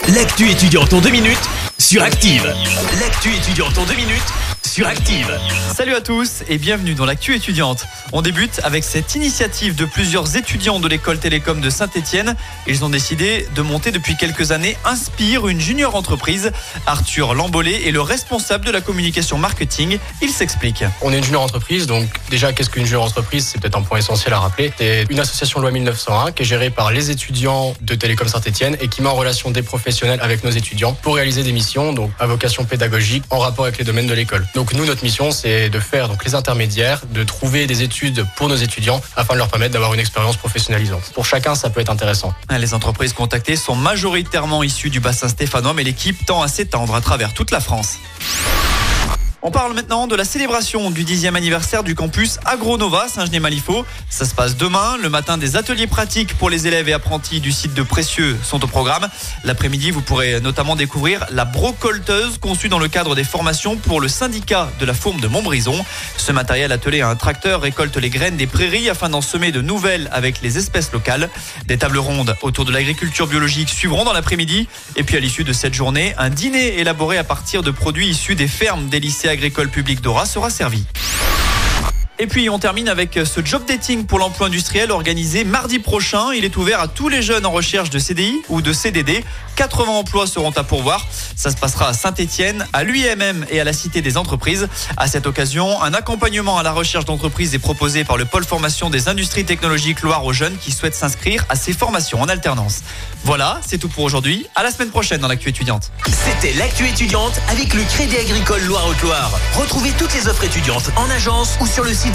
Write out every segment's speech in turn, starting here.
L'actu étudiante en 2 minutes sur Active. L'actu étudiante en 2 minutes sur Active. Salut à tous et bienvenue dans l'actu étudiante. On débute avec cette initiative de plusieurs étudiants de l'école Télécom de Saint-Étienne. Ils ont décidé de monter depuis quelques années Inspire, une junior entreprise. Arthur Lambollet est le responsable de la communication marketing. Il s'explique. On est une junior entreprise, donc déjà qu'est-ce qu'une junior entreprise? C'est peut-être un point essentiel à rappeler. C'est une association loi 1901 qui est gérée par les étudiants de Télécom Saint-Étienne et qui met en relation des professionnels avec nos étudiants pour réaliser des missions donc à vocation pédagogique en rapport avec les domaines de l'école. Donc nous, notre mission, c'est de faire donc les intermédiaires, de trouver des études pour nos étudiants afin de leur permettre d'avoir une expérience professionnalisante. Pour chacun, ça peut être intéressant. Les entreprises contactées sont majoritairement issues du bassin stéphanois, mais l'équipe tend à s'étendre à travers toute la France. On parle maintenant de la célébration du 10e anniversaire du campus Agronova Saint-Genis-Malifaux. Ça se passe demain. Le matin, des ateliers pratiques pour les élèves et apprentis du site de Précieux sont au programme. L'après-midi, vous pourrez notamment découvrir la brocolteuse conçue dans le cadre des formations pour le syndicat de la fourme de Montbrison. Ce matériel attelé à un tracteur récolte les graines des prairies afin d'en semer de nouvelles avec les espèces locales. Des tables rondes autour de l'agriculture biologique suivront dans l'après-midi. Et puis à l'issue de cette journée, un dîner élaboré à partir de produits issus des fermes des lycées agricole publique d'Ora sera servi. Et puis on termine avec ce job dating pour l'emploi industriel organisé mardi prochain. Il est ouvert à tous les jeunes en recherche de CDI ou de CDD. 80 emplois seront à pourvoir. Ça se passera à Saint-Étienne, à l'UIMM et à la Cité des Entreprises. À cette occasion, un accompagnement à la recherche d'entreprises est proposé par le pôle formation des industries technologiques Loire aux jeunes qui souhaitent s'inscrire à ces formations en alternance. Voilà, c'est tout pour aujourd'hui. À la semaine prochaine dans l'actu étudiante. C'était l'actu étudiante avec le Crédit Agricole Loire-Haute-Loire. Retrouvez toutes les offres étudiantes en agence ou sur le site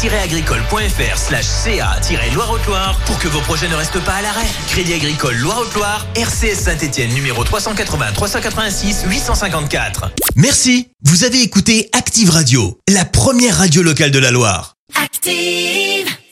crédit-agricole.fr/ca-Loire-Haute-Loire pour que vos projets ne restent pas à l'arrêt. Crédit Agricole Loire-Haute-Loire, RCS Saint-Étienne, numéro 380 386 854. Merci. Vous avez écouté Active Radio, la première radio locale de la Loire. Active!